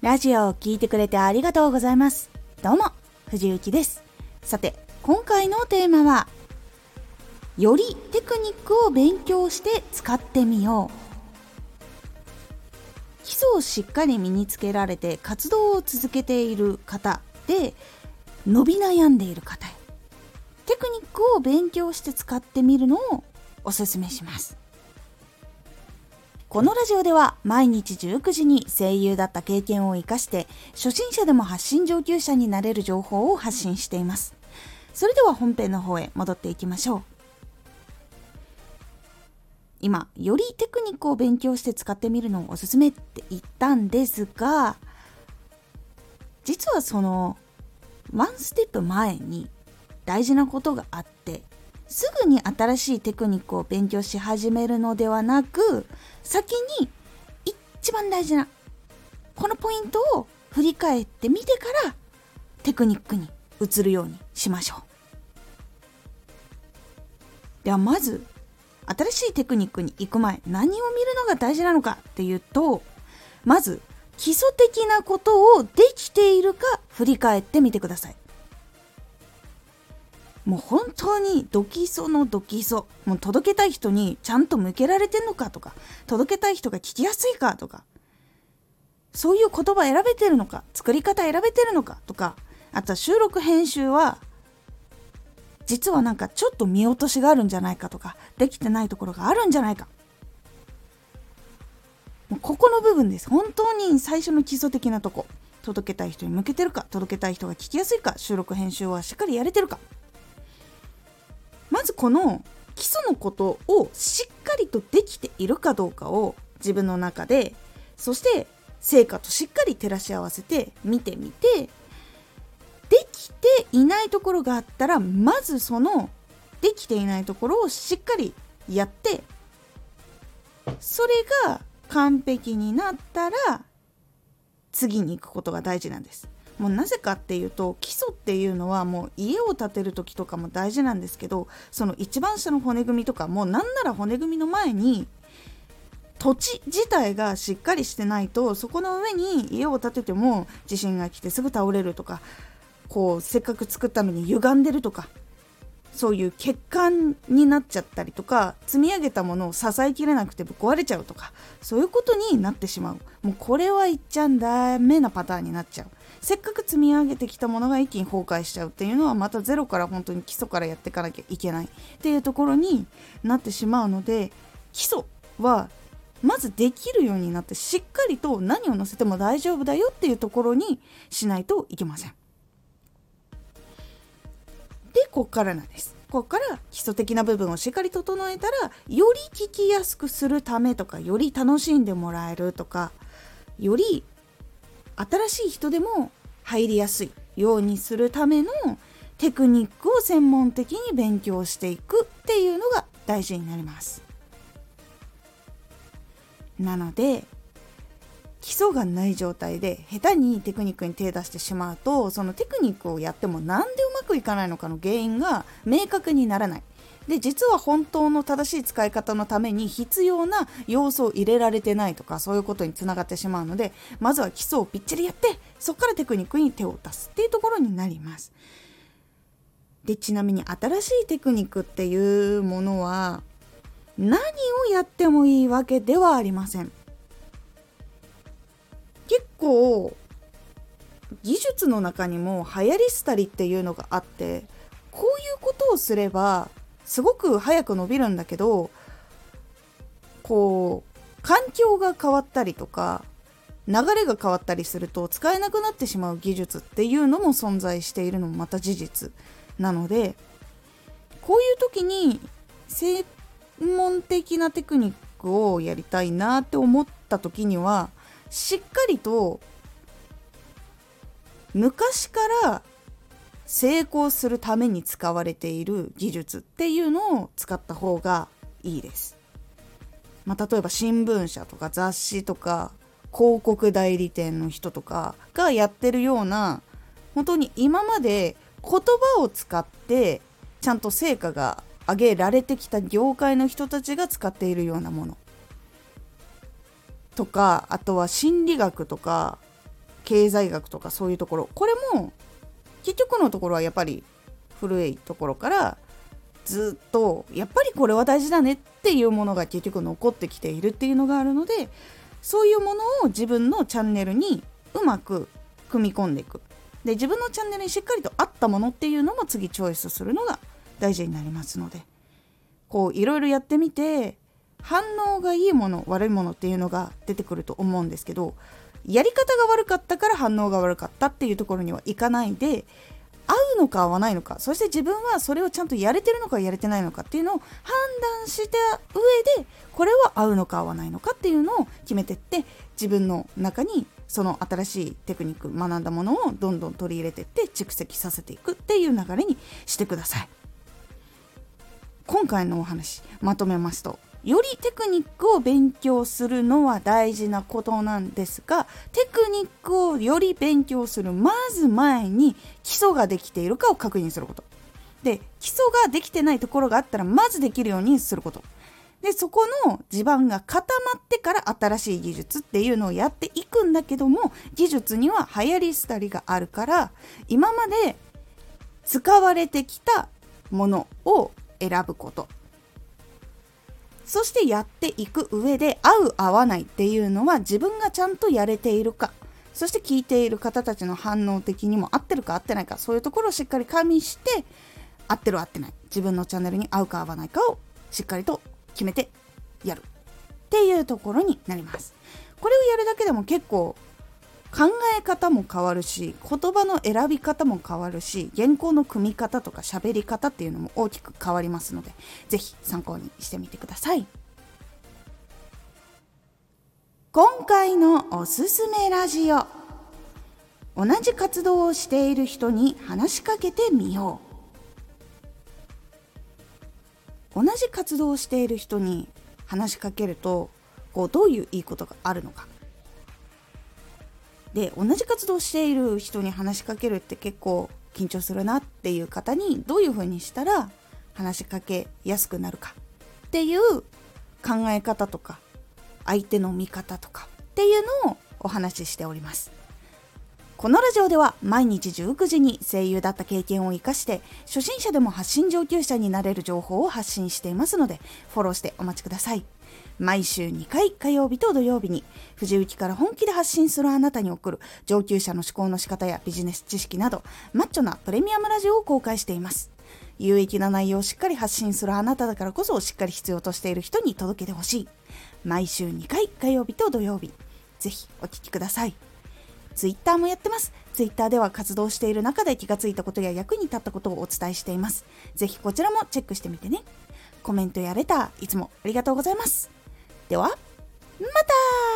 ラジオを聞いてくれてありがとうございます。どうも、藤幸です。さて、今回のテーマは、よりテクニックを勉強して使ってみよう。基礎をしっかり身につけられて活動を続けている方で、伸び悩んでいる方へ、テクニックを勉強して使ってみるのをおすすめします。このラジオでは毎日19時に声優だった経験を生かして初心者でも発信上級者になれる情報を発信しています。それでは本編の方へ戻っていきましょう。今、よりテクニックを勉強して使ってみるのをおすすめって言ったんですが、実はそのワンステップ前に大事なことがあって、すぐに新しいテクニックを勉強し始めるのではなく、先に一番大事なこのポイントを振り返ってみてからテクニックに移るようにしましょう。ではまず、新しいテクニックに行く前、何を見るのが大事なのかっていうと、まず基礎的なことをできているか振り返ってみてください。もう本当にドキソのドキソ、もう届けたい人にちゃんと向けられてんのかとか、届けたい人が聞きやすいかとか、そういう言葉選べてるのか、作り方選べてるのかとか、あとは収録編集は実はなんかちょっと見落としがあるんじゃないかとか、できてないところがあるんじゃないか、もうここの部分です。本当に最初の基礎的なとこ、届けたい人に向けてるか、届けたい人が聞きやすいか、収録編集はしっかりやれてるか。まずこの基礎のことをしっかりとできているかどうかを自分の中で、そして成果としっかり照らし合わせて見てみて、できていないところがあったら、まずそのできていないところをしっかりやって、それが完璧になったら次に行くことが大事なんです。もうなぜかっていうと、基礎っていうのはもう家を建てる時とかも大事なんですけど、その一番下の骨組みとかも、なんなら骨組みの前に土地自体がしっかりしてないと、そこの上に家を建てても地震が来てすぐ倒れるとか、こうせっかく作ったのに歪んでるとか、そういう欠陥になっちゃったりとか、積み上げたものを支えきれなくてぶっ壊れちゃうとか、そういうことになってしまう。もうこれは言っちゃダメなパターンになっちゃう。せっかく積み上げてきたものが一気に崩壊しちゃうっていうのは、またゼロから本当に基礎からやっていかなきゃいけないっていうところになってしまうので、基礎はまずできるようになって、しっかりと何を載せても大丈夫だよっていうところにしないといけません。で、ここからなんです。ここから基礎的な部分をしっかり整えたら、より聞きやすくするためとか、より楽しんでもらえるとか、より新しい人でも入りやすいようにするためのテクニックを専門的に勉強していくっていうのが大事になります。なので、基礎がない状態で下手にテクニックに手出してしまうと、そのテクニックをやってもなんでうまくいかないのかの原因が明確にならない。で、実は本当の正しい使い方のために必要な要素を入れられてないとか、そういうことにつながってしまうので、まずは基礎をぴっちりやって、そこからテクニックに手を出すっていうところになります。で、ちなみに新しいテクニックっていうものは何をやってもいいわけではありません。結構技術の中にも流行り廃りっていうのがあって、こういうことをすればすごく早く伸びるんだけど、こう環境が変わったりとか流れが変わったりすると使えなくなってしまう技術っていうのも存在しているのもまた事実なので、こういう時に専門的なテクニックをやりたいなって思った時には、しっかりと昔から成功するために使われている技術っていうのを使った方がいいです。例えば新聞社とか雑誌とか広告代理店の人とかがやってるような、本当に今まで言葉を使ってちゃんと成果が上げられてきた業界の人たちが使っているようなものとか、あとは心理学とか経済学とかそういうところ、これも結局のところはやっぱり古いところからずっとやっぱりこれは大事だねっていうものが結局残ってきているっていうのがあるので、そういうものを自分のチャンネルにうまく組み込んでいく。で、自分のチャンネルにしっかりと合ったものっていうのも次チョイスするのが大事になりますので、こういろいろやってみて反応がいいもの悪いものっていうのが出てくると思うんですけど、やり方が悪かったから反応が悪かったっていうところにはいかないで、合うのか合わないのか、そして自分はそれをちゃんとやれてるのかやれてないのかっていうのを判断した上で、これは合うのか合わないのかっていうのを決めてって、自分の中にその新しいテクニック学んだものをどんどん取り入れてって蓄積させていくっていう流れにしてください。今回のお話まとめますと、よりテクニックを勉強するのは大事なことなんですが、テクニックをより勉強するまず前に基礎ができているかを確認することで、基礎ができてないところがあったらまずできるようにすることで、そこの地盤が固まってから新しい技術っていうのをやっていくんだけども、技術には流行り廃りがあるから、今まで使われてきたものを選ぶこと、そしてやっていく上で合う合わないっていうのは自分がちゃんとやれているか、そして聞いている方たちの反応的にも合ってるか合ってないか、そういうところをしっかり加味して、合ってる合ってない、自分のチャンネルに合うか合わないかをしっかりと決めてやるっていうところになります。これをやるだけでも結構考え方も変わるし、言葉の選び方も変わるし、原稿の組み方とか喋り方っていうのも大きく変わりますので、ぜひ参考にしてみてください。今回のおすすめラジオ、同じ活動をしている人に話しかけてみよう。同じ活動をしている人に話しかけると、どういういいことがあるのか。で、同じ活動をしている人に話しかけるって結構緊張するなっていう方にどういう風にしたら話しかけやすくなるかっていう考え方とか、相手の見方とかっていうのをお話ししております。このラジオでは毎日19時に声優だった経験を生かして初心者でも発信上級者になれる情報を発信していますので、フォローしてお待ちください。毎週2回、火曜日と土曜日に藤雪から本気で発信するあなたに送る上級者の思考の仕方やビジネス知識などマッチョなプレミアムラジオを公開しています。有益な内容をしっかり発信するあなただからこそ、しっかり必要としている人に届けてほしい。毎週2回、火曜日と土曜日、ぜひお聞きください。ツイッターもやってます。ツイッターでは活動している中で気がついたことや役に立ったことをお伝えしています。ぜひこちらもチェックしてみてね。コメントやレターいつもありがとうございます。ではまた。